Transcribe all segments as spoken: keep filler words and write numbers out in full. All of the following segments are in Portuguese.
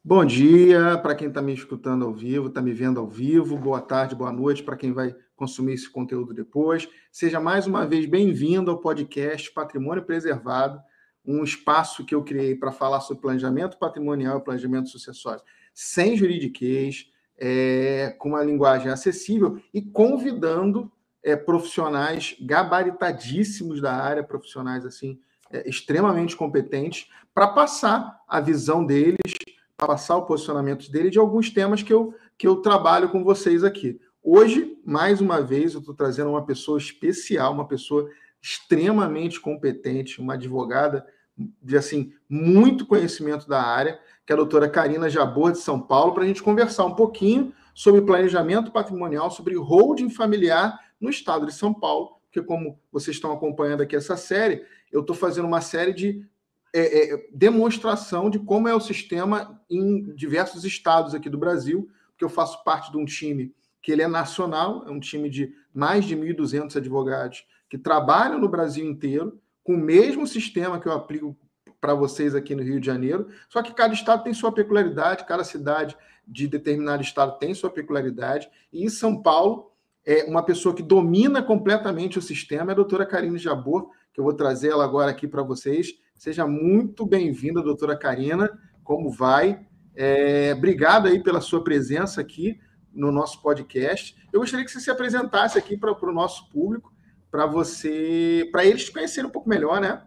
Bom dia para quem está me escutando ao vivo, está me vendo ao vivo. Boa tarde, boa noite para quem vai consumir esse conteúdo depois. Seja mais uma vez bem-vindo ao podcast Patrimônio Preservado, um espaço que eu criei para falar sobre planejamento patrimonial e planejamento sucessório sem juridiquês, é, com uma linguagem acessível e convidando é, profissionais gabaritadíssimos da área, profissionais assim é, extremamente competentes, para passar a visão deles, passar o posicionamento dele de alguns temas que eu, que eu trabalho com vocês aqui. Hoje, mais uma vez, eu estou trazendo uma pessoa especial, uma pessoa extremamente competente, uma advogada de assim muito conhecimento da área, que é a doutora Karina Jabor, de São Paulo, para a gente conversar um pouquinho sobre planejamento patrimonial, sobre holding familiar no estado de São Paulo, porque como vocês estão acompanhando aqui essa série, eu estou fazendo uma série de É, é, demonstração de como é o sistema em diversos estados aqui do Brasil, porque eu faço parte de um time que ele é nacional, é um time de mais de mil e duzentos advogados que trabalham no Brasil inteiro, com o mesmo sistema que eu aplico para vocês aqui no Rio de Janeiro, só que cada estado tem sua peculiaridade, cada cidade de determinado estado tem sua peculiaridade, e em São Paulo, é uma pessoa que domina completamente o sistema é a doutora Karine Jabor, que eu vou trazer ela agora aqui para vocês. Seja muito bem-vinda, doutora Karina. Como vai? É, obrigado aí pela sua presença aqui no nosso podcast. Eu gostaria que você se apresentasse aqui para o nosso público, para você, para eles te conhecerem um pouco melhor, né?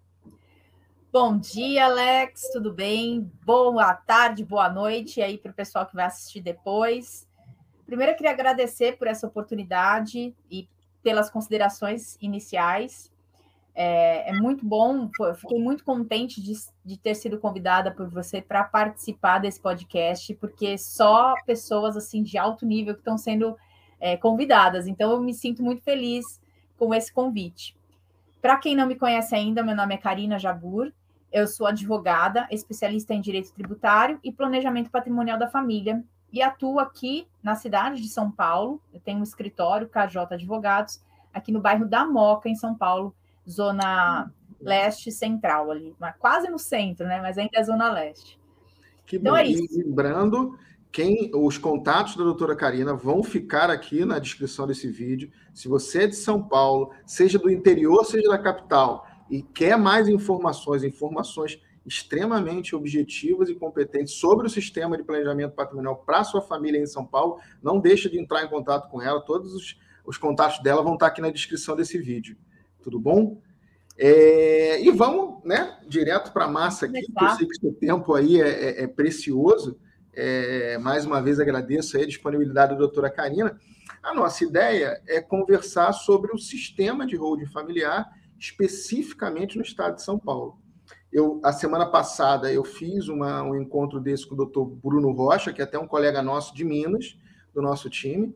Bom dia, Alex, tudo bem? Boa tarde, boa noite aí para o pessoal que vai assistir depois. Primeiro, eu queria agradecer por essa oportunidade e pelas considerações iniciais. É, é muito bom, fiquei muito contente de, de ter sido convidada por você para participar desse podcast, porque só pessoas assim de alto nível que estão sendo é, convidadas. Então, eu me sinto muito feliz com esse convite. Para quem não me conhece ainda, meu nome é Karina Jabor, eu sou advogada, especialista em direito tributário e planejamento patrimonial da família, e atuo aqui na cidade de São Paulo. Eu tenho um escritório, K J Advogados, aqui no bairro da Moca, em São Paulo, zona leste central ali, quase no centro, né? Mas ainda é zona leste. Que bom. Então é isso. E lembrando, quem, os contatos da doutora Karina vão ficar aqui na descrição desse vídeo. Se você é de São Paulo, seja do interior, seja da capital, e quer mais informações, informações extremamente objetivas e competentes sobre o sistema de planejamento patrimonial para sua família em São Paulo, não deixe de entrar em contato com ela. Todos os, os contatos dela vão estar aqui na descrição desse vídeo. Tudo bom? É, e vamos, né, direto para a massa aqui, porque eu sei que o seu tempo aí é, é, é precioso. É, mais uma vez agradeço aí a disponibilidade da doutora Karina. A nossa ideia é conversar sobre o sistema de holding familiar, especificamente no estado de São Paulo. Eu, a semana passada eu fiz uma, um encontro desse com o doutor Bruno Rocha, que é até um colega nosso de Minas, do nosso time,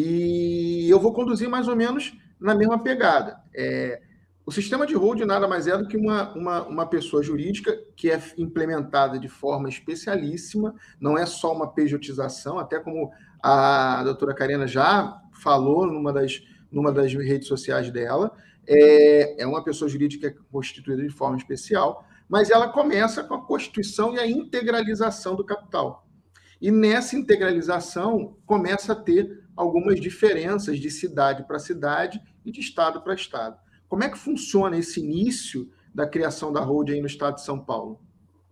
e eu vou conduzir mais ou menos na mesma pegada. É, o sistema de holding nada mais é do que uma, uma, uma pessoa jurídica que é implementada de forma especialíssima, não é só uma pejotização, até como a doutora Karina já falou numa das, numa das redes sociais dela, é, é uma pessoa jurídica constituída de forma especial, mas ela começa com a constituição e a integralização do capital. E nessa integralização começa a ter algumas diferenças de cidade para cidade e de estado para estado. Como é que funciona esse início da criação da holding aí no estado de São Paulo?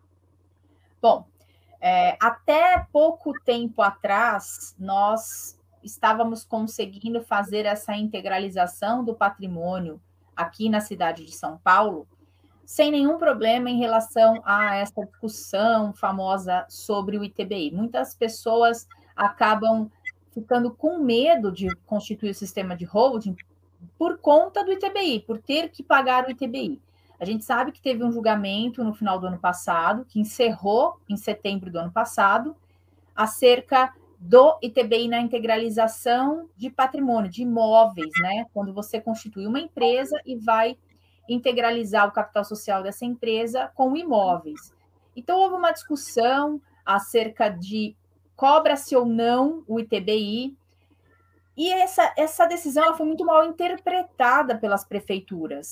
Bom, é, até pouco tempo atrás, nós estávamos conseguindo fazer essa integralização do patrimônio aqui na cidade de São Paulo, sem nenhum problema em relação a essa discussão famosa sobre o I T B I. Muitas pessoas acabam ficando com medo de constituir o sistema de holding por conta do I T B I, por ter que pagar o I T B I. A gente sabe que teve um julgamento no final do ano passado, que encerrou em setembro do ano passado, acerca do I T B I na integralização de patrimônio, de imóveis, né? Quando você constitui uma empresa e vai integralizar o capital social dessa empresa com imóveis. Então, houve uma discussão acerca de cobra-se ou não o I T B I, e essa, essa decisão ela foi muito mal interpretada pelas prefeituras.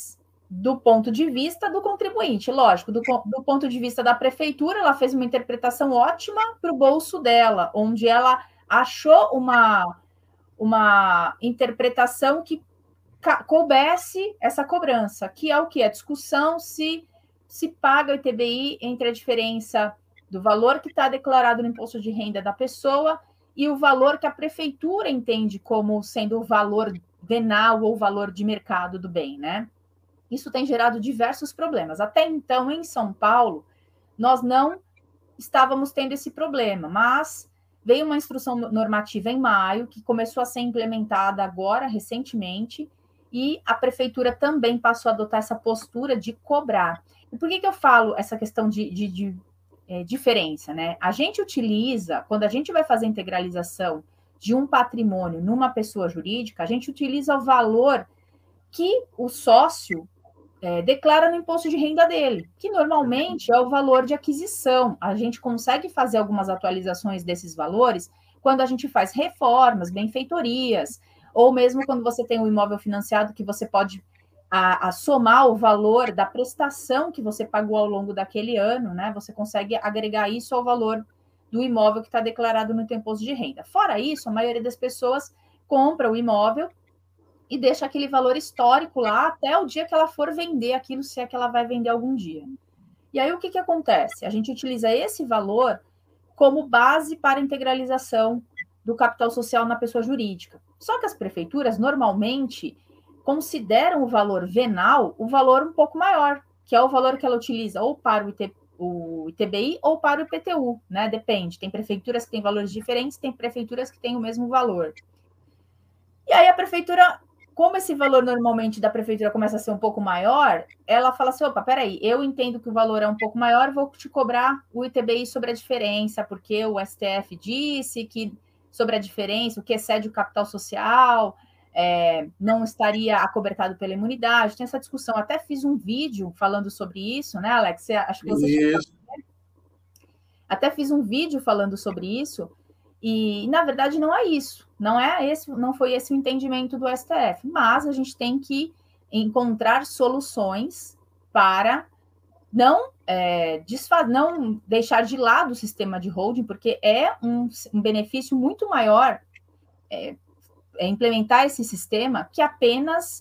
do ponto de vista do contribuinte, lógico, do, do ponto de vista da prefeitura, ela fez uma interpretação ótima para o bolso dela, onde ela achou uma, uma interpretação que coubesse essa cobrança, que é o que? A discussão se se paga o I T B I entre a diferença do valor que está declarado no imposto de renda da pessoa e o valor que a prefeitura entende como sendo o valor venal ou valor de mercado do bem, né? Isso tem gerado diversos problemas. Até então, em São Paulo, nós não estávamos tendo esse problema, mas veio uma instrução normativa em maio, que começou a ser implementada agora, recentemente, e a prefeitura também passou a adotar essa postura de cobrar. E por que, que eu falo essa questão de, de, de é, diferença, né? A gente utiliza, quando a gente vai fazer integralização de um patrimônio numa pessoa jurídica, a gente utiliza o valor que o sócio é, declara no imposto de renda dele, que normalmente é o valor de aquisição. A gente consegue fazer algumas atualizações desses valores quando a gente faz reformas, benfeitorias, ou mesmo quando você tem um imóvel financiado que você pode a, a somar o valor da prestação que você pagou ao longo daquele ano, né? Você consegue agregar isso ao valor do imóvel que está declarado no teu imposto de renda. Fora isso, a maioria das pessoas compra o imóvel e deixa aquele valor histórico lá até o dia que ela for vender aquilo, se é que ela vai vender algum dia. E aí o que, que acontece? A gente utiliza esse valor como base para a integralização do capital social na pessoa jurídica. Só que as prefeituras normalmente consideram o valor venal o valor um pouco maior, que é o valor que ela utiliza ou para o, IT, o I T B I ou para o I P T U, né? Depende. Tem prefeituras que têm valores diferentes, tem prefeituras que têm o mesmo valor. E aí a prefeitura, como esse valor normalmente da prefeitura começa a ser um pouco maior, ela fala assim, opa, peraí, eu entendo que o valor é um pouco maior, vou te cobrar o I T B I sobre a diferença, porque o S T F disse que sobre a diferença, o que excede o capital social, é, não estaria acobertado pela imunidade. Tem essa discussão, até fiz um vídeo falando sobre isso, né, Alex? Você, acho que você chegou a ver. Até fiz um vídeo falando sobre isso, e, na verdade, não é isso. Não é esse, não foi esse o entendimento do S T F, mas a gente tem que encontrar soluções para não, é, desfaz, não deixar de lado o sistema de holding, porque é um, um benefício muito maior é, é implementar esse sistema que apenas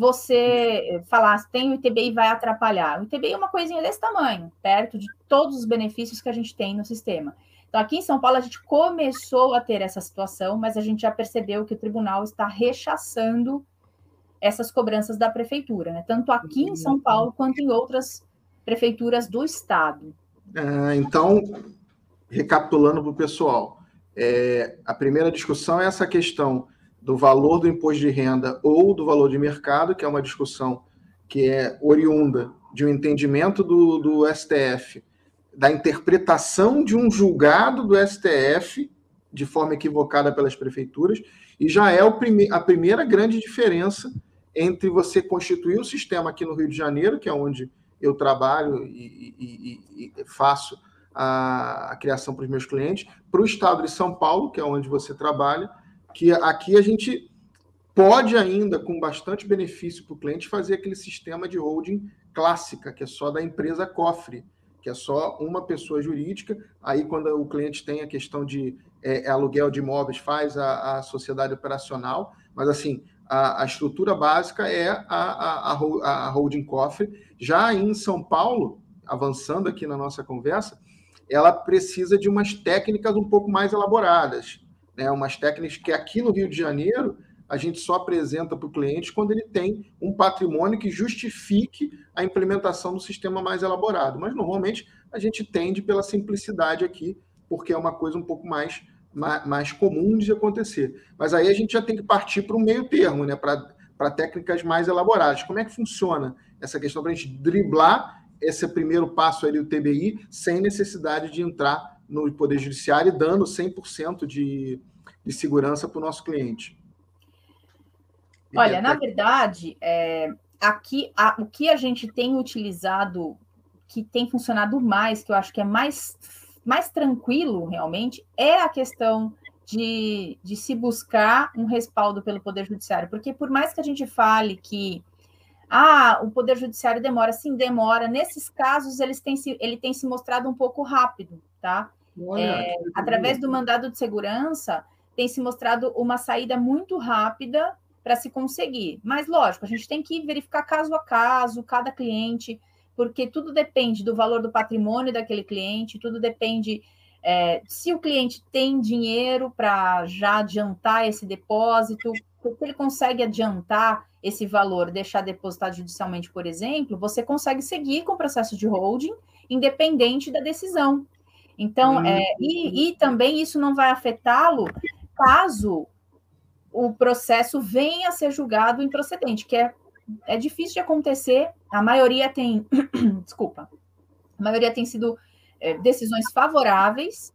você falar, tem o I T B I vai atrapalhar. O I T B I é uma coisinha desse tamanho, perto de todos os benefícios que a gente tem no sistema. Então, aqui em São Paulo, a gente começou a ter essa situação, mas a gente já percebeu que o tribunal está rechaçando essas cobranças da prefeitura, né? Tanto aqui em São Paulo quanto em outras prefeituras do estado. É, então, recapitulando para o pessoal, é, a primeira discussão é essa questão do valor do imposto de renda ou do valor de mercado, que é uma discussão que é oriunda de um entendimento do, do S T F, da interpretação de um julgado do S T F de forma equivocada pelas prefeituras, e já é o prime- a primeira grande diferença entre você constituir o sistema aqui no Rio de Janeiro, que é onde eu trabalho e, e, e faço a, a criação para os meus clientes, para o estado de São Paulo, que é onde você trabalha, que aqui a gente pode ainda, com bastante benefício para o cliente, fazer aquele sistema de holding clássica, que é só da empresa cofre, que é só uma pessoa jurídica. Aí, quando o cliente tem a questão de é, aluguel de imóveis, faz a, a sociedade operacional, mas assim, a, a estrutura básica é a, a, a holding cofre. Já em São Paulo, avançando aqui na nossa conversa, ela precisa de umas técnicas um pouco mais elaboradas, né? Umas técnicas que aqui no Rio de Janeiro a gente só apresenta para o cliente quando ele tem um patrimônio que justifique a implementação do sistema mais elaborado. Mas, normalmente, a gente tende pela simplicidade aqui, porque é uma coisa um pouco mais, mais, mais comum de acontecer. Mas aí a gente já tem que partir para um meio termo, né? Para técnicas mais elaboradas. Como é que funciona essa questão para a gente driblar esse primeiro passo aí do T B I sem necessidade de entrar no Poder Judiciário, dando cem por cento de, de segurança para o nosso cliente? Olha, na verdade, é, aqui a, o que a gente tem utilizado, que tem funcionado mais, que eu acho que é mais, mais tranquilo realmente, é a questão de, de se buscar um respaldo pelo Poder Judiciário. Porque por mais que a gente fale que Ah, o Poder Judiciário demora. Sim, demora. Nesses casos, eles têm se, ele tem se mostrado um pouco rápido, tá? Olha, É, que através legal. do mandado de segurança, tem se mostrado uma saída muito rápida para se conseguir. Mas, lógico, a gente tem que verificar caso a caso, cada cliente, porque tudo depende do valor do patrimônio daquele cliente, tudo depende é, se o cliente tem dinheiro para já adiantar esse depósito, se ele consegue adiantar esse valor, deixar depositado judicialmente, por exemplo, você consegue seguir com o processo de holding, independente da decisão. Então, é, e, e também isso não vai afetá-lo caso o processo venha a ser julgado improcedente, que é, é difícil de acontecer, a maioria tem, desculpa, a maioria tem sido é, decisões favoráveis,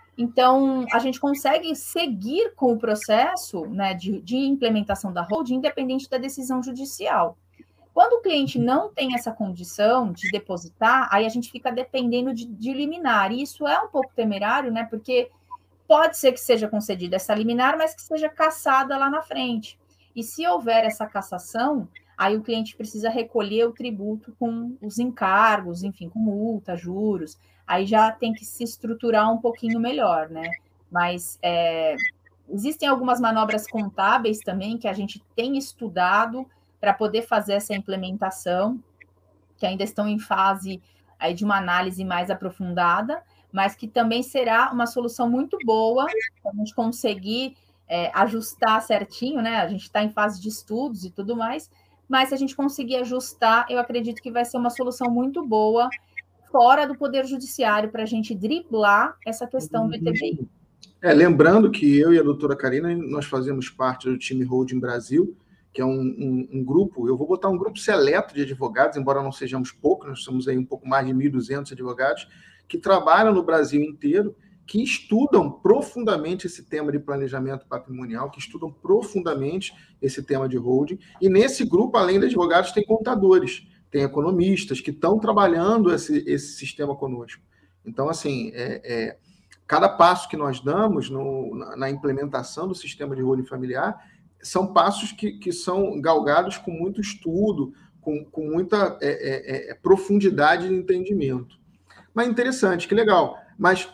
então a gente consegue seguir com o processo, né, de, de implementação da holding, independente da decisão judicial. Quando o cliente não tem essa condição de depositar, aí a gente fica dependendo de, de liminar. E isso é um pouco temerário, né? Porque pode ser que seja concedida essa liminar, mas que seja cassada lá na frente. E se houver essa cassação, aí o cliente precisa recolher o tributo com os encargos, enfim, com multa, juros. Aí já tem que se estruturar um pouquinho melhor, né? Mas é, existem algumas manobras contábeis também que a gente tem estudado para poder fazer essa implementação, que ainda estão em fase aí de uma análise mais aprofundada, mas que também será uma solução muito boa para a gente conseguir é, ajustar certinho, né? A gente está em fase de estudos e tudo mais, mas se a gente conseguir ajustar, eu acredito que vai ser uma solução muito boa fora do Poder Judiciário para a gente driblar essa questão do E T B I. É, lembrando que eu e a doutora Karina, nós fazemos parte do time Holding Brasil, que é um, um, um grupo, eu vou botar um grupo seleto de advogados, embora não sejamos poucos, nós somos aí um pouco mais de mil e duzentos advogados, que trabalham no Brasil inteiro, que estudam profundamente esse tema de planejamento patrimonial, que estudam profundamente esse tema de holding, e nesse grupo, além de advogados, tem contadores, tem economistas que estão trabalhando esse, esse sistema conosco. Então, assim, é, é, cada passo que nós damos no, na, na implementação do sistema de holding familiar são passos que, que são galgados com muito estudo, com, com muita é, é, profundidade de entendimento. Mas interessante, que legal. Mas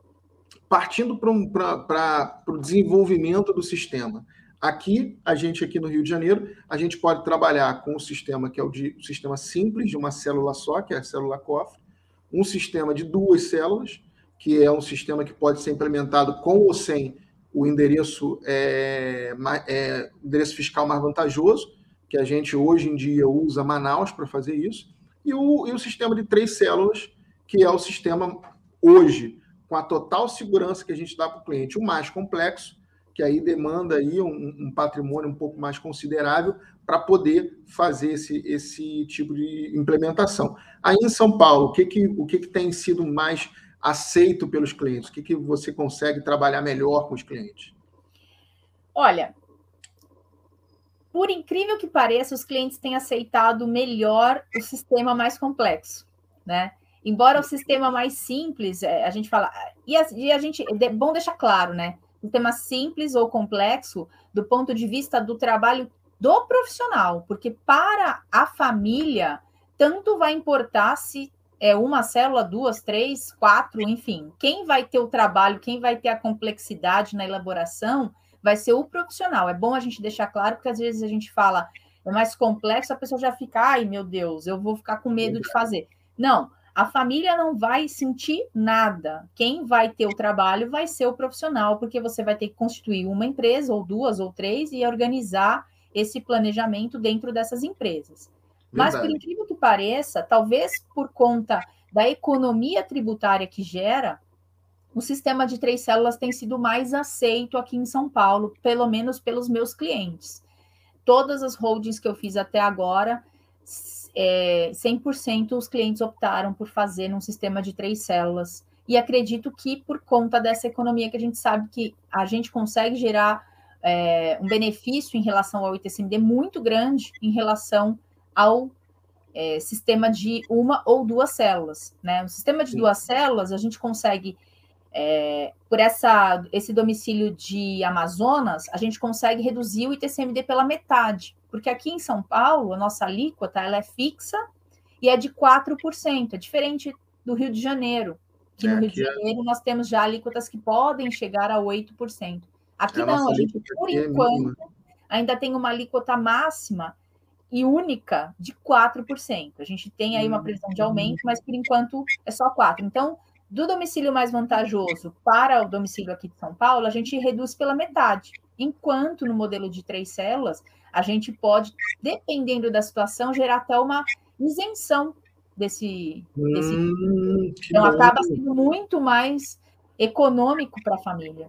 partindo para o desenvolvimento do sistema. Aqui, a gente aqui no Rio de Janeiro, a gente pode trabalhar com um sistema que é o, de, o sistema simples, de uma célula só, que é a célula cofre, um sistema de duas células, que é um sistema que pode ser implementado com ou sem o endereço, é, é, endereço fiscal mais vantajoso, que a gente hoje em dia usa Manaus para fazer isso, e o, e o sistema de três células, que é o sistema hoje, com a total segurança que a gente dá para o cliente, o mais complexo, que aí demanda aí um, um patrimônio um pouco mais considerável para poder fazer esse, esse tipo de implementação. Aí em São Paulo, o que, que, o que, que tem sido mais aceito pelos clientes? O que, que você consegue trabalhar melhor com os clientes? Olha, por incrível que pareça, os clientes têm aceitado melhor o sistema mais complexo, né? Embora o sistema mais simples, a gente fala... E a, e a gente... É bom deixar claro, né? Sistema simples ou complexo do ponto de vista do trabalho do profissional, porque para a família, tanto vai importar se é uma célula, duas, três, quatro, enfim. Quem vai ter o trabalho, quem vai ter a complexidade na elaboração, vai ser o profissional. É bom a gente deixar claro, porque às vezes a gente fala, é mais complexo, a pessoa já fica, ai, meu Deus, eu vou ficar com medo de fazer. Não, a família não vai sentir nada. Quem vai ter o trabalho vai ser o profissional, porque você vai ter que constituir uma empresa, ou duas, ou três, e organizar esse planejamento dentro dessas empresas. Mas, por incrível que pareça, talvez por conta da economia tributária que gera, o sistema de três células tem sido mais aceito aqui em São Paulo, pelo menos pelos meus clientes. Todas as holdings que eu fiz até agora, é, cem por cento os clientes optaram por fazer num sistema de três células. E acredito que por conta dessa economia que a gente sabe que a gente consegue gerar é, um benefício em relação ao I T C M D muito grande em relação ao é, sistema de uma ou duas células, né? O sistema de Sim. duas células, a gente consegue, é, por essa, esse domicílio de Amazonas, a gente consegue reduzir o I T C M D pela metade. Porque aqui em São Paulo, a nossa alíquota ela é fixa e é de quatro por cento. É diferente do Rio de Janeiro, que É, no Rio de aqui é, Janeiro nós temos já alíquotas que podem chegar a oito por cento. Aqui a não, nossa a gente, alíquota por aqui é enquanto, mínima. ainda tem uma alíquota máxima e única de quatro por cento. A gente tem aí uma previsão de aumento, mas por enquanto é só quatro por cento. Então, do domicílio mais vantajoso para o domicílio aqui de São Paulo, a gente reduz pela metade. Enquanto no modelo de três células, a gente pode, dependendo da situação, gerar até uma isenção desse. desse... Hum, que Então, bom. acaba sendo muito mais econômico para a família.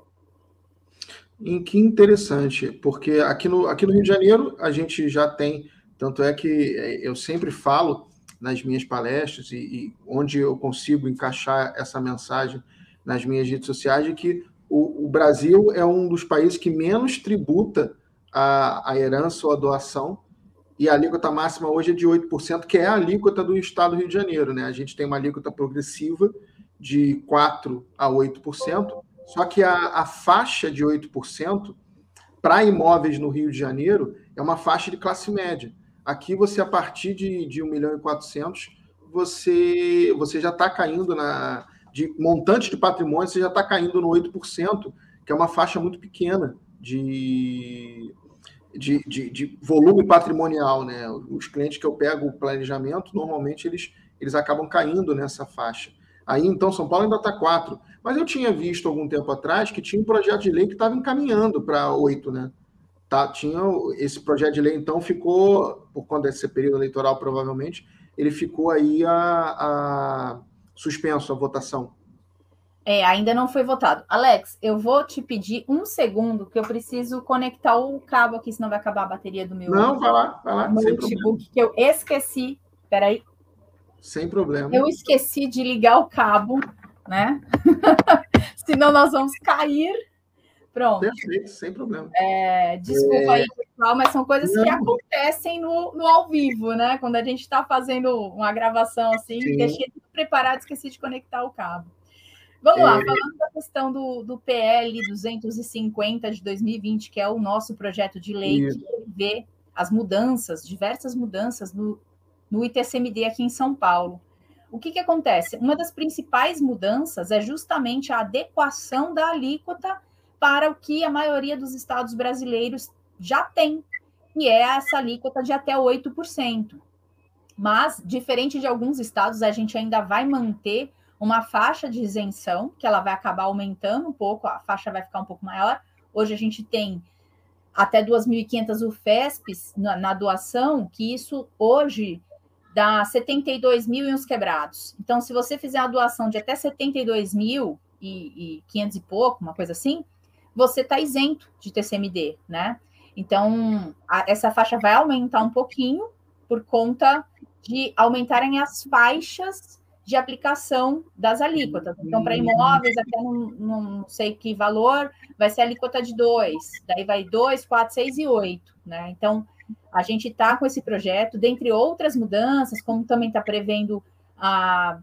E que interessante, porque aqui no, aqui no Rio de Janeiro a gente já tem, tanto é que eu sempre falo nas minhas palestras e, e onde eu consigo encaixar essa mensagem nas minhas redes sociais, de que o, o Brasil é um dos países que menos tributa a, a herança ou a doação, e a alíquota máxima hoje é de oito por cento, que é a alíquota do estado do Rio de Janeiro, né? A gente tem uma alíquota progressiva de quatro por cento a oito por cento, só que a, a faixa de oito por cento para imóveis no Rio de Janeiro é uma faixa de classe média. Aqui você, a partir de, de um milhão e quatrocentos, você, você já está caindo na... de montante de patrimônio, você já está caindo no oito por cento, que é uma faixa muito pequena de, de, de, de volume patrimonial, né? Os clientes que eu pego o planejamento, normalmente eles, eles acabam caindo nessa faixa. Aí, então, São Paulo ainda está quatro. Mas eu tinha visto algum tempo atrás que tinha um projeto de lei que estava encaminhando para oito, né? Tá, tinha esse projeto de lei, então, ficou, por conta desse período eleitoral, provavelmente, ele ficou aí a, a suspenso a votação. É, ainda não foi votado. Alex, eu vou te pedir um segundo, que eu preciso conectar o cabo aqui, senão vai acabar a bateria do meu, Não, vai lá, vai lá, meu sem notebook, problema. que eu esqueci. Peraí. Sem problema. Eu esqueci de ligar o cabo, né? Senão nós vamos cair. Pronto. Perfeito, sem problema. É, desculpa é... aí, pessoal, mas são coisas Não. que acontecem no, no ao vivo, né? Quando a gente está fazendo uma gravação assim, Sim. deixei tudo preparado, esqueci de conectar o cabo. Vamos é... lá, falando da questão do, do P L duzentos e cinquenta de dois mil e vinte, que é o nosso projeto de lei Isso. que vê as mudanças, diversas mudanças no, no I T C M D aqui em São Paulo. O que, que acontece? Uma das principais mudanças é justamente a adequação da alíquota para o que a maioria dos estados brasileiros já tem, que é essa alíquota de até oito por cento. Mas, diferente de alguns estados, a gente ainda vai manter uma faixa de isenção, que ela vai acabar aumentando um pouco, a faixa vai ficar um pouco maior. Hoje a gente tem até duas mil e quinhentas U F E S Ps na, na doação, que isso hoje dá setenta e dois mil e uns quebrados. Então, se você fizer a doação de até setenta e dois mil e quinhentos e pouco, uma coisa assim, você está isento de T C M D, né? Então, a, essa faixa vai aumentar um pouquinho por conta de aumentarem as faixas de aplicação das alíquotas. Então, para imóveis, até não, não sei que valor, vai ser a alíquota de dois, daí vai dois, quatro, seis e oito, né? Então, a gente está com esse projeto, dentre outras mudanças, como também está prevendo a,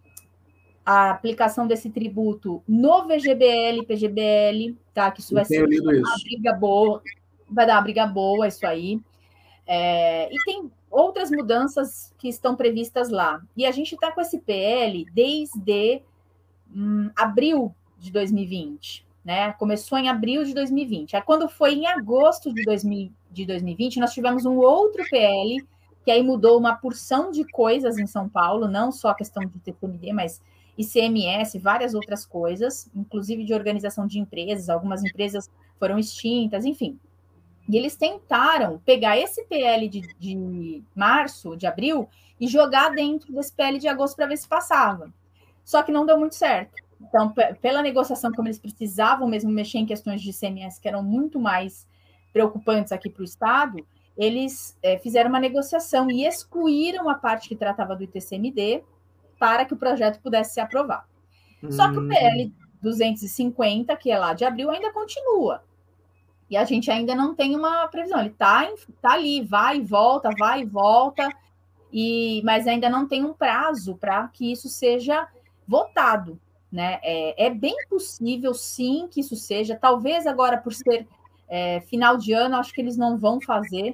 a aplicação desse tributo no V G B L e P G B L, tá? Que isso vai ser uma briga boa, vai dar uma briga boa isso aí. É, e tem outras mudanças que estão previstas lá. E a gente está com esse P L desde hum, abril de dois mil e vinte, né? Começou em abril de dois mil e vinte. Aí, quando foi em agosto de, dois mil, de dois mil e vinte, nós tivemos um outro P L, que aí mudou uma porção de coisas em São Paulo, não só a questão de T C M D, mas I C M S, várias outras coisas, inclusive de organização de empresas, algumas empresas foram extintas, enfim. E eles tentaram pegar esse P L de, de março, de abril, e jogar dentro desse P L de agosto para ver se passava. Só que não deu muito certo. Então, pela negociação, como eles precisavam mesmo mexer em questões de I C M S que eram muito mais preocupantes aqui para o Estado, eles é, fizeram uma negociação e excluíram a parte que tratava do I T C M D para que o projeto pudesse ser aprovado. Hum. Só que o P L duzentos e cinquenta, que é lá de abril, ainda continua. E a gente ainda não tem uma previsão. Ele está tá ali, vai e volta, vai e volta, e, mas ainda não tem um prazo para que isso seja votado, né? É, é bem possível, sim, que isso seja. Talvez agora, por ser é, final de ano, acho que eles não vão fazer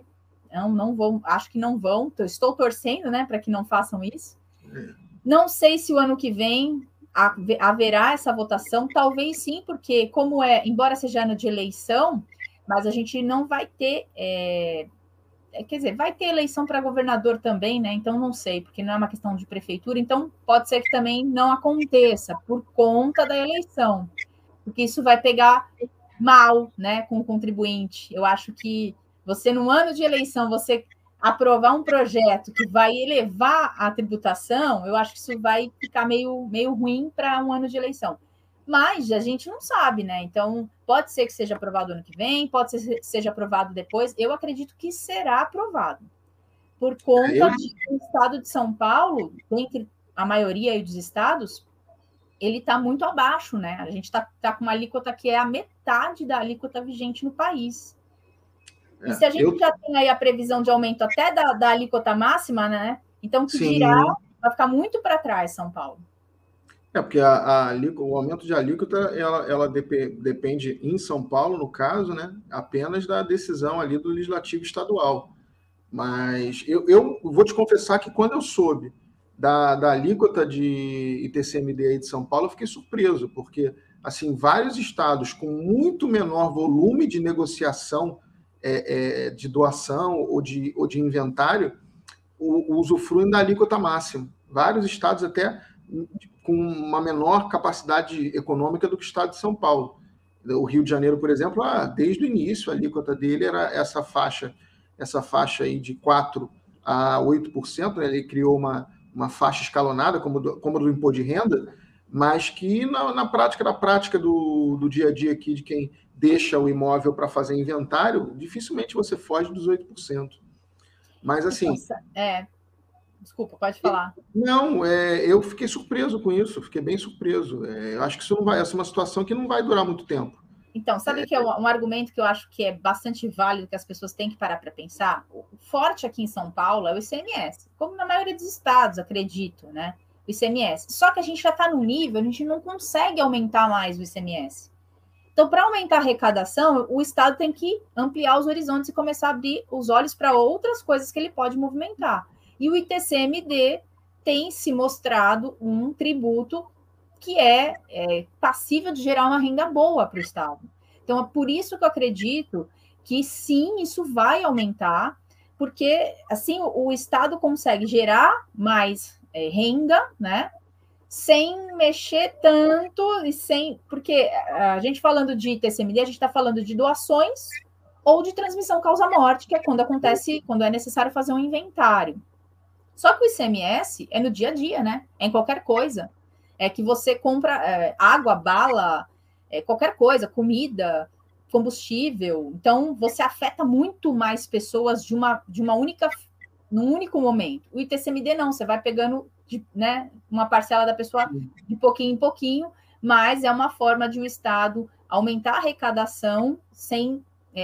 não, não vão, acho que não vão, estou torcendo, né, para que não façam isso. Não sei se o ano que vem haverá essa votação, talvez sim, porque como é, embora seja ano de eleição, mas a gente não vai ter, é, quer dizer, vai ter eleição para governador também, né? Então não sei, porque não é uma questão de prefeitura, então pode ser que também não aconteça por conta da eleição, porque isso vai pegar mal, né, com o contribuinte. Eu acho que você, num ano de eleição, você aprovar um projeto que vai elevar a tributação, eu acho que isso vai ficar meio, meio ruim para um ano de eleição. Mas a gente não sabe, né? Então, pode ser que seja aprovado ano que vem, pode ser que seja aprovado depois. Eu acredito que será aprovado. Por conta eu... de que o estado de São Paulo, dentre a maioria dos estados, ele está muito abaixo, né? A gente está tá com uma alíquota que é a metade da alíquota vigente no país. É, e se a gente eu... já tem aí a previsão de aumento até da, da alíquota máxima, né? Então, que Sim. dirá, vai ficar muito para trás São Paulo. É, porque a, a, o aumento de alíquota, ela, ela dep depende, em São Paulo, no caso, né, apenas da decisão ali do Legislativo Estadual. Mas eu, eu vou te confessar que quando eu soube da, da alíquota de I T C M D aí de São Paulo, eu fiquei surpreso, porque assim, vários estados com muito menor volume de negociação é, é, de doação ou de, ou de inventário o, o usufruem da alíquota máxima. Vários estados até com uma menor capacidade econômica do que o estado de São Paulo. O Rio de Janeiro, por exemplo, ah, desde o início a alíquota dele era essa faixa, essa faixa aí de quatro a oito por cento, né? Ele criou uma, uma faixa escalonada, como do, como do imposto de renda, mas que na, na prática, na prática do, do dia a dia aqui de quem deixa o imóvel para fazer inventário, dificilmente você foge dos oito por cento. Mas assim... É... Desculpa, pode falar. Não, é, eu fiquei surpreso com isso, fiquei bem surpreso. É, eu acho que isso não vai, essa é uma situação que não vai durar muito tempo. Então, sabe é, que é um, um argumento que eu acho que é bastante válido, que as pessoas têm que parar para pensar? O forte aqui em São Paulo é o I C M S, como na maioria dos estados, acredito, né? O I C M S. Só que a gente já está no nível, a gente não consegue aumentar mais o I C M S. Então, para aumentar a arrecadação, o Estado tem que ampliar os horizontes e começar a abrir os olhos para outras coisas que ele pode movimentar. E o I T C M D tem se mostrado um tributo que é, é passível de gerar uma renda boa para o Estado. Então, é por isso que eu acredito que, sim, isso vai aumentar, porque, assim, o, o Estado consegue gerar mais é, renda, né, sem mexer tanto e sem... Porque a gente falando de I T C M D, a gente está falando de doações ou de transmissão causa-morte, que é quando acontece, quando é necessário fazer um inventário. Só que o I C M S é no dia a dia, né? É em qualquer coisa. É que você compra é, água, bala, é, qualquer coisa, comida, combustível. Então, você afeta muito mais pessoas de uma, de uma única, num único momento. O I T C M D não, você vai pegando de, né, uma parcela da pessoa de pouquinho em pouquinho, mas é uma forma de o Estado aumentar a arrecadação sem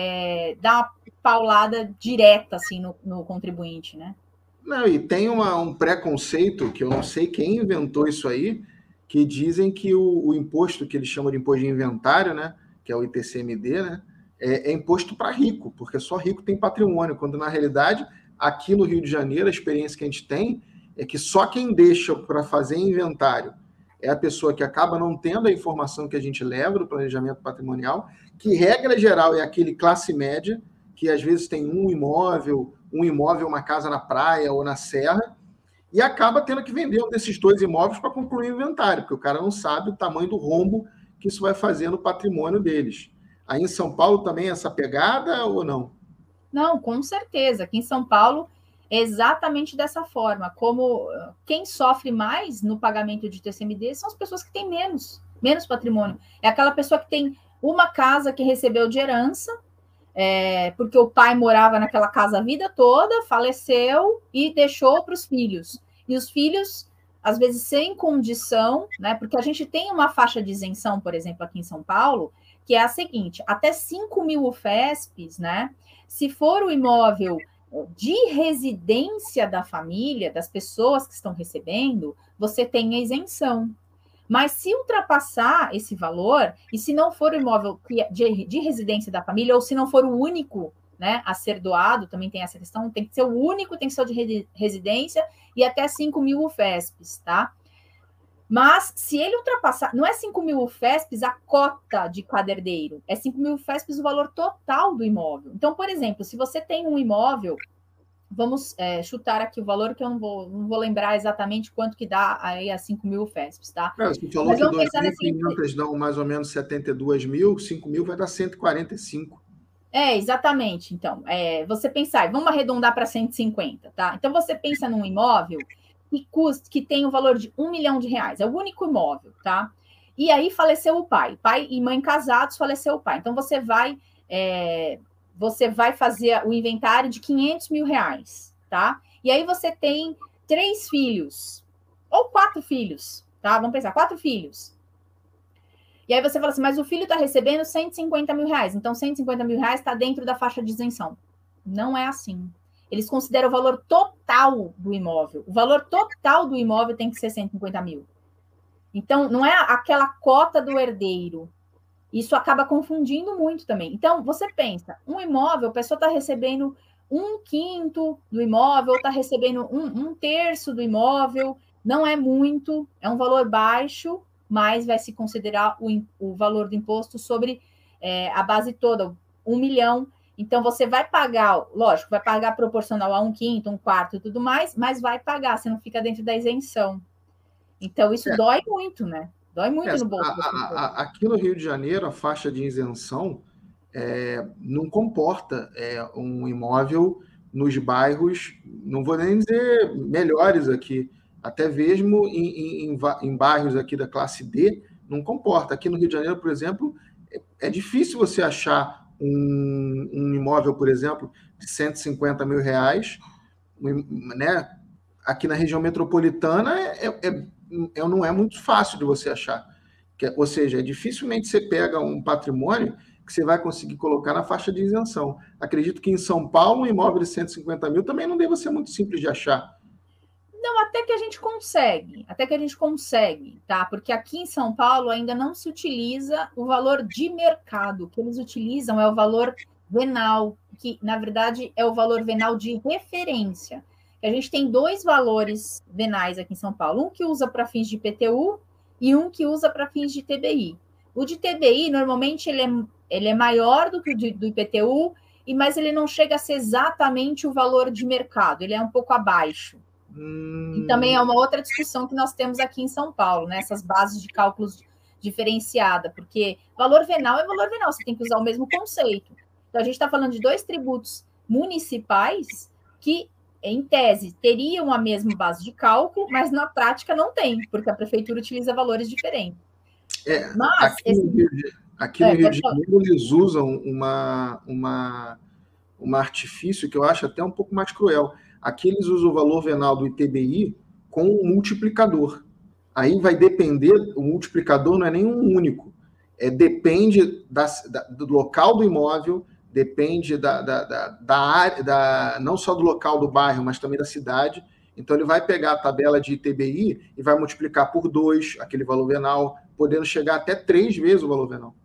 é, dar uma paulada direta assim, no, no contribuinte, né? Não, e tem uma, um preconceito, que eu não sei quem inventou isso aí, que dizem que o, o imposto que eles chamam de imposto de inventário, né, que é o I T C M D, né, é, é imposto para rico, porque só rico tem patrimônio, quando na realidade, aqui no Rio de Janeiro, a experiência que a gente tem é que só quem deixa para fazer inventário é a pessoa que acaba não tendo a informação que a gente leva do planejamento patrimonial, que regra geral é aquele classe média, que às vezes tem um imóvel, um imóvel, uma casa na praia ou na serra, e acaba tendo que vender um desses dois imóveis para concluir o inventário, porque o cara não sabe o tamanho do rombo que isso vai fazer no patrimônio deles. Aí em São Paulo também é essa pegada ou não? Não, com certeza. Aqui em São Paulo é exatamente dessa forma. Como quem sofre mais no pagamento de I T C M D são as pessoas que têm menos, menos patrimônio. É aquela pessoa que tem uma casa que recebeu de herança, É, porque o pai morava naquela casa a vida toda, faleceu e deixou para os filhos. E os filhos, às vezes, sem condição, né? Porque a gente tem uma faixa de isenção, por exemplo, aqui em São Paulo, que é a seguinte: até cinco mil U F E S Ps, né? Se for o imóvel de residência da família, das pessoas que estão recebendo, você tem a isenção. Mas se ultrapassar esse valor, e se não for o imóvel de, de residência da família, ou se não for o único né, a ser doado, também tem essa questão, tem que ser o único, tem que ser o de residência e até cinco mil U F E S Ps, tá? Mas, se ele ultrapassar, não é cinco mil U F E S Ps a cota de cada herdeiro, é cinco mil U F E S Ps o valor total do imóvel. Então, por exemplo, se você tem um imóvel, vamos é, chutar aqui o valor, que eu não vou, não vou lembrar exatamente quanto que dá aí a cinco mil U F E S Ps, tá? É, você falou Mas que dois mil e quinhentos dão mais ou menos setenta e dois mil, cinco mil vai dar cento e quarenta e cinco. É, exatamente. Então, é, você pensar, vamos arredondar para cento e cinquenta, tá? Então, você pensa num imóvel que custa, que tem o valor de um milhão de reais, é o único imóvel, tá? E aí faleceu o pai, pai e mãe casados, faleceu o pai. Então, você vai, é, você vai fazer o inventário de quinhentos mil reais, tá? E aí você tem três filhos, ou quatro filhos, tá? Vamos pensar, quatro filhos. E aí você fala assim, mas o filho está recebendo cento e cinquenta mil reais, então cento e cinquenta mil reais está dentro da faixa de isenção. Não é assim. Eles consideram o valor total do imóvel. O valor total do imóvel tem que ser cento e cinquenta mil. Então, não é aquela cota do herdeiro. Isso acaba confundindo muito também. Então, você pensa, um imóvel, a pessoa está recebendo um quinto do imóvel, está recebendo um, um terço do imóvel, não é muito, é um valor baixo, mas vai se considerar o, o valor do imposto sobre é, a base toda, um milhão. Então, você vai pagar, lógico, vai pagar proporcional a um quinto, um quarto e tudo mais, mas vai pagar, você não fica dentro da isenção. Então, isso é. dói muito, né? Dói muito é, no bolso. A, a, a, aqui no Rio de Janeiro, a faixa de isenção é, não comporta é, um imóvel nos bairros, não vou nem dizer melhores aqui, até mesmo em, em, em bairros aqui da classe D, não comporta. Aqui no Rio de Janeiro, por exemplo, é, é difícil você achar um, um imóvel, por exemplo, de cento e cinquenta mil reais, né? Aqui na região metropolitana é, é, é, não é muito fácil de você achar. Que, ou seja, dificilmente você pega um patrimônio que você vai conseguir colocar na faixa de isenção. Acredito que em São Paulo, um imóvel de cento e cinquenta mil também não deva ser muito simples de achar. Não, até que a gente consegue, até que a gente consegue, tá? Porque aqui em São Paulo ainda não se utiliza o valor de mercado. O que eles utilizam é o valor venal, que na verdade é o valor venal de referência. A gente tem dois valores venais aqui em São Paulo, um que usa para fins de I P T U e um que usa para fins de T B I. O de T B I, normalmente, ele é, ele é maior do que o de, do I P T U, e, mas ele não chega a ser exatamente o valor de mercado, ele é um pouco abaixo. Hum... E também é uma outra discussão que nós temos aqui em São Paulo, né? Essas bases de cálculos diferenciada, porque valor venal é valor venal, você tem que usar o mesmo conceito. Então, a gente está falando de dois tributos municipais que, em tese, teriam a mesma base de cálculo, mas na prática não tem, porque a prefeitura utiliza valores diferentes. É, mas, aqui esse... no Rio de, aqui é, no Rio de Janeiro, eles usam uma, uma, uma artifício que eu acho até um pouco mais cruel. Aqui eles usam o valor venal do I T B I com um multiplicador. Aí vai depender, o multiplicador não é nenhum único, é, depende da, da, do local do imóvel, depende da, da, da, da área, da, não só do local do bairro, mas também da cidade. Então, ele vai pegar a tabela de I T B I e vai multiplicar por dois aquele valor venal, podendo chegar até três vezes o valor venal.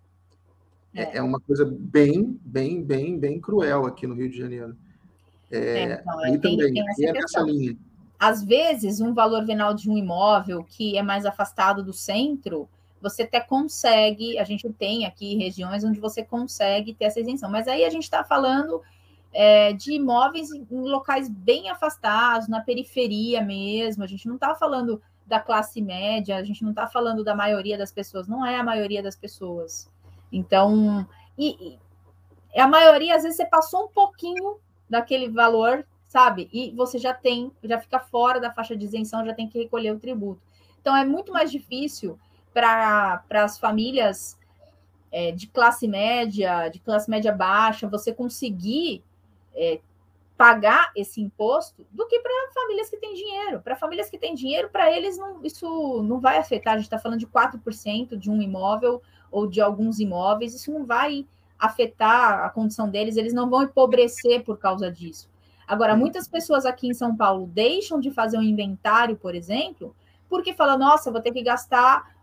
É, é uma coisa bem, bem, bem, bem cruel aqui no Rio de Janeiro. É, é, então, aí tem, também, tem essa, aí é nessa linha. Às vezes, um valor venal de um imóvel que é mais afastado do centro, você até consegue, a gente tem aqui regiões onde você consegue ter essa isenção, mas aí a gente está falando é, de imóveis em locais bem afastados, na periferia mesmo, a gente não está falando da classe média, a gente não está falando da maioria das pessoas, não é a maioria das pessoas. Então, e, e a maioria, às vezes, você passou um pouquinho daquele valor, sabe? E você já tem, já fica fora da faixa de isenção, já tem que recolher o tributo. Então, é muito mais difícil para as famílias é, de classe média, de classe média baixa, você conseguir é, pagar esse imposto do que para famílias que têm dinheiro. Para famílias que têm dinheiro, para eles não, isso não vai afetar. A gente está falando de quatro por cento de um imóvel ou de alguns imóveis, isso não vai afetar a condição deles, eles não vão empobrecer por causa disso. Agora, muitas pessoas aqui em São Paulo deixam de fazer um inventário, por exemplo, porque falam, nossa, vou ter que gastar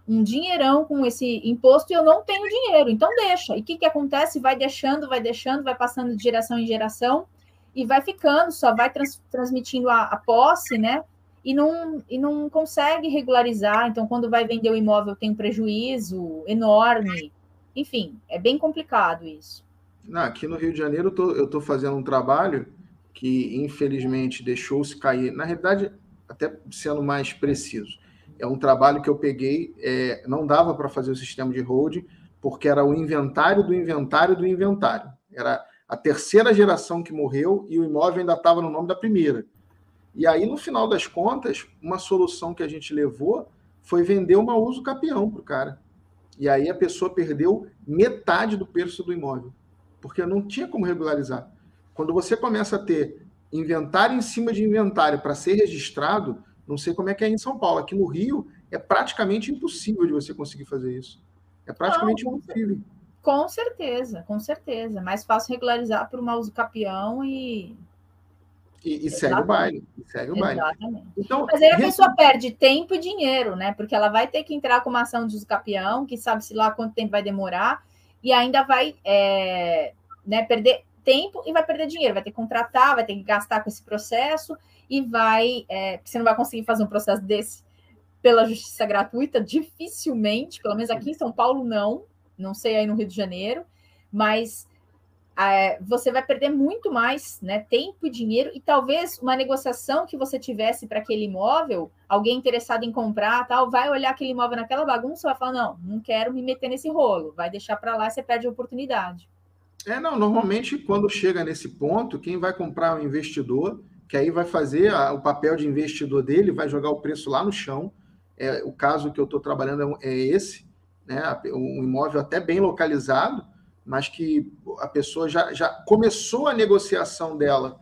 um dinheirão com esse imposto e eu não tenho dinheiro, então deixa. E o que, que acontece? Vai deixando, vai deixando, vai passando de geração em geração e vai ficando, só vai trans, transmitindo a, a posse, né? E não, e não consegue regularizar. Então, quando vai vender o imóvel, tem um prejuízo enorme. Enfim, é bem complicado isso. Não, aqui no Rio de Janeiro, eu tô, eu tô fazendo um trabalho que, infelizmente, deixou-se cair. Na realidade, até sendo mais preciso, é um trabalho que eu peguei, é, não dava para fazer o sistema de holding, porque era o inventário do inventário do inventário. Era a terceira geração que morreu e o imóvel ainda estava no nome da primeira. E aí, no final das contas, uma solução que a gente levou foi vender uma uso capião para o cara. E aí a pessoa perdeu metade do preço do imóvel, porque não tinha como regularizar. Quando você começa a ter inventário em cima de inventário para ser registrado, não sei como é que é em São Paulo. Aqui no Rio é praticamente impossível de você conseguir fazer isso. É praticamente Não, impossível. Com certeza, com certeza. Mais fácil regularizar por uma uso capião e... E, e segue o baile. E segue o baile. Exatamente. Então, mas aí a pessoa perde tempo e dinheiro, né? Porque ela vai ter que entrar com uma ação de uso capião, que sabe-se lá quanto tempo vai demorar, e ainda vai é, né, perder tempo e vai perder dinheiro. Vai ter que contratar, vai ter que gastar com esse processo e vai... É, você não vai conseguir fazer um processo desse pela justiça gratuita, dificilmente, pelo menos aqui em São Paulo, não. Não sei aí no Rio de Janeiro, mas é, você vai perder muito mais, né, tempo e dinheiro, e talvez uma negociação que você tivesse para aquele imóvel, alguém interessado em comprar, tal, vai olhar aquele imóvel naquela bagunça e vai falar, não, não quero me meter nesse rolo, vai deixar para lá e você perde a oportunidade. É, não, normalmente quando chega nesse ponto, quem vai comprar é o investidor, que aí vai fazer a, o papel de investidor dele, vai jogar o preço lá no chão. É, o caso que eu estou trabalhando é esse, né? Um imóvel até bem localizado, mas que a pessoa já, já começou a negociação dela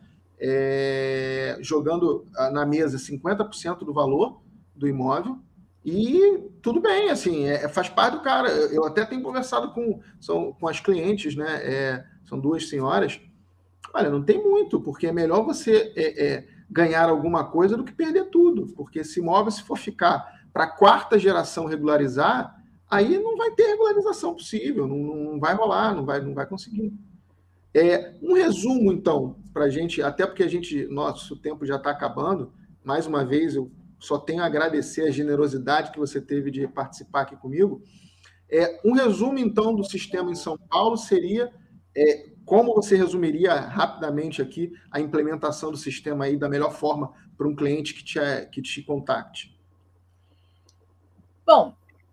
é, jogando na mesa cinquenta por cento do valor do imóvel, e tudo bem, assim, é, faz parte do cara. Eu até tenho conversado com, são, com as clientes, né? É, são duas senhoras. Olha, não tem muito, porque é melhor você é, é, ganhar alguma coisa do que perder tudo, porque esse imóvel, se for ficar para a quarta geração regularizar, aí não vai ter regularização possível, não, não vai rolar, não vai, não vai conseguir. É, um resumo, então, para a gente, até porque a gente, nosso tempo já está acabando, mais uma vez, eu só tenho a agradecer a generosidade que você teve de participar aqui comigo. É, um resumo, então, do sistema em São Paulo seria... É, como você resumiria rapidamente aqui a implementação do sistema aí da melhor forma para um cliente que te, que te contacte? Bom,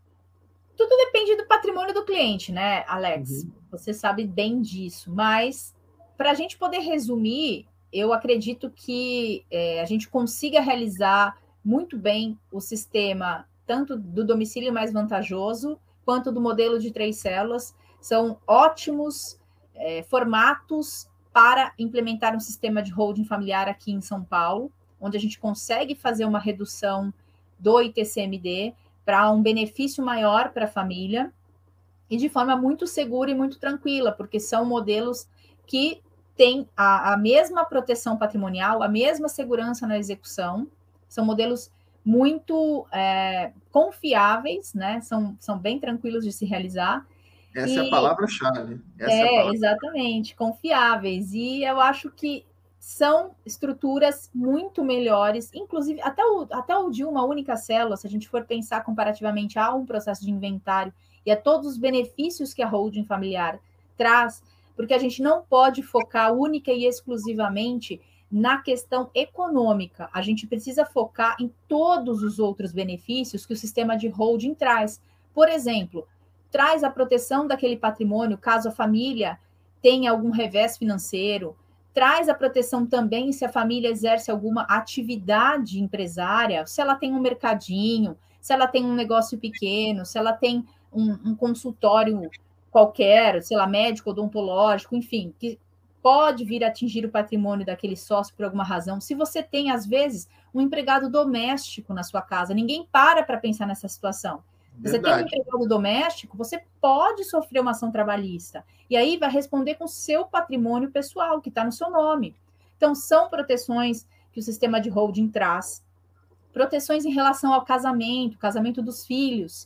tudo depende do patrimônio do cliente, né, Alex? Uhum. Você sabe bem disso, mas para a gente poder resumir, eu acredito que é, a gente consiga realizar muito bem o sistema, tanto do domicílio mais vantajoso, quanto do modelo de três células. São ótimos é, formatos para implementar um sistema de holding familiar aqui em São Paulo, onde a gente consegue fazer uma redução do I T C M D para um benefício maior para a família e de forma muito segura e muito tranquila, porque são modelos que têm a, a mesma proteção patrimonial, a mesma segurança na execução, são modelos muito é, confiáveis, né? São, são bem tranquilos de se realizar. Essa e, é a palavra-chave. É, é palavra exatamente, confiáveis. E eu acho que são estruturas muito melhores, inclusive até o, até o de uma única célula, se a gente for pensar comparativamente a um processo de inventário e a todos os benefícios que a holding familiar traz, porque a gente não pode focar única e exclusivamente na questão econômica, a gente precisa focar em todos os outros benefícios que o sistema de holding traz. Por exemplo, traz a proteção daquele patrimônio, caso a família tenha algum revés financeiro, traz a proteção também se a família exerce alguma atividade empresária, se ela tem um mercadinho, se ela tem um negócio pequeno, se ela tem um, um consultório qualquer, sei lá, médico, odontológico, enfim, que pode vir a atingir o patrimônio daquele sócio por alguma razão. Se você tem, às vezes, um empregado doméstico na sua casa, ninguém para para pensar nessa situação. Você Verdade. Tem um empregado doméstico, você pode sofrer uma ação trabalhista. E aí vai responder com o seu patrimônio pessoal, que está no seu nome. Então, são proteções que o sistema de holding traz. Proteções em relação ao casamento, casamento dos filhos.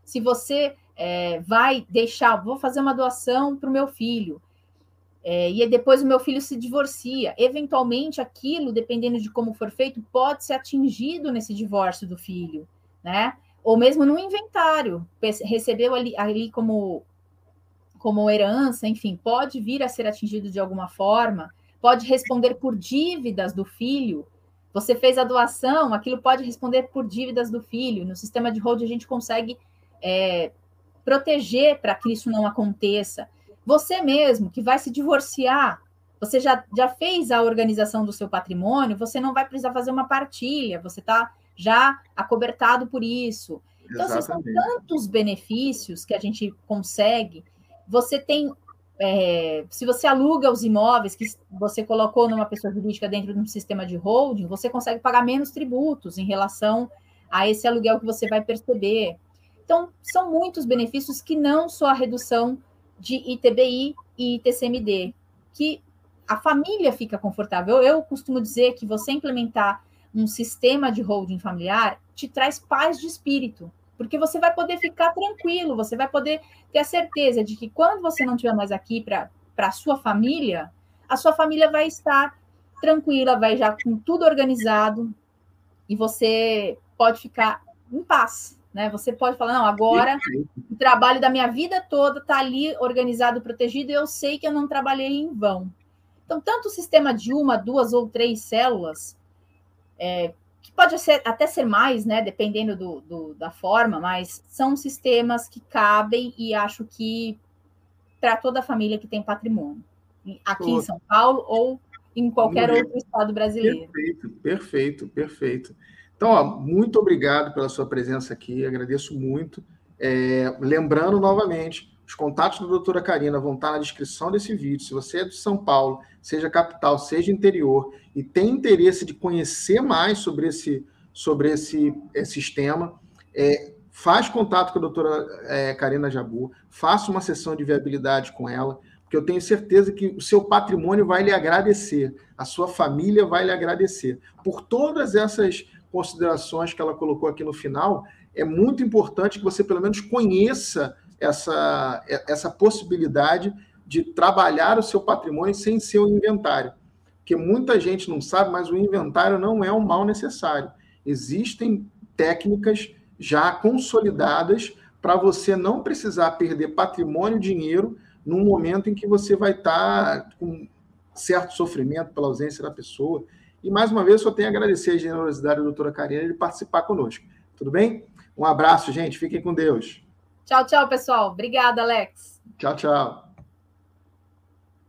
se você é, vai deixar, vou fazer uma doação para o meu filho, é, e depois o meu filho se divorcia, eventualmente aquilo, dependendo de como for feito, pode ser atingido nesse divórcio do filho, né? Ou mesmo no inventário, recebeu ali, ali como, como herança, enfim, pode vir a ser atingido de alguma forma, pode responder por dívidas do filho. Você fez a doação, aquilo pode responder por dívidas do filho. No sistema de hold, a gente consegue é, proteger para que isso não aconteça. Você mesmo, que vai se divorciar, você já, já fez a organização do seu patrimônio, você não vai precisar fazer uma partilha, você está já acobertado por isso. Então, assim, são tantos benefícios que a gente consegue. Você tem... É, se você aluga os imóveis que você colocou numa pessoa jurídica dentro de um sistema de holding, você consegue pagar menos tributos em relação a esse aluguel que você vai perceber. Então, são muitos benefícios que não só a redução de I T B I e I T C M D, que a família fica confortável. Eu costumo dizer que você implementar um sistema de holding familiar te traz paz de espírito, porque você vai poder ficar tranquilo, você vai poder ter a certeza de que quando você não estiver mais aqui para a sua família, a sua família vai estar tranquila, vai já com tudo organizado, e você pode ficar em paz, né? Você pode falar, não, agora o trabalho da minha vida toda está ali organizado, protegido, e eu sei que eu não trabalhei em vão. Então, tanto o sistema de uma, duas ou três células, é, que pode ser, até ser mais, né, dependendo do, do, da forma, mas são sistemas que cabem e acho que para toda a família que tem patrimônio, aqui Pô. em São Paulo ou em qualquer muito outro estado brasileiro. Perfeito, perfeito, perfeito. Então, ó, muito obrigado pela sua presença aqui, agradeço muito. É, lembrando novamente, os contatos da doutora Karina vão estar na descrição desse vídeo. Se você é de São Paulo, seja capital, seja interior, e tem interesse de conhecer mais sobre esse, sobre esse é, sistema, é, faz contato com a doutora é, Karina Jabu, faça uma sessão de viabilidade com ela, porque eu tenho certeza que o seu patrimônio vai lhe agradecer, a sua família vai lhe agradecer. Por todas essas considerações que ela colocou aqui no final, é muito importante que você pelo menos conheça essa, essa possibilidade de trabalhar o seu patrimônio sem ser um inventário. Porque muita gente não sabe, mas o inventário não é um mal necessário. Existem técnicas já consolidadas para você não precisar perder patrimônio e dinheiro num momento em que você vai estar com certo sofrimento pela ausência da pessoa. E, mais uma vez, só tenho a agradecer a generosidade da doutora Karina de participar conosco. Tudo bem? Um abraço, gente. Fiquem com Deus. Tchau, tchau, pessoal. Obrigada, Alex. Tchau, tchau.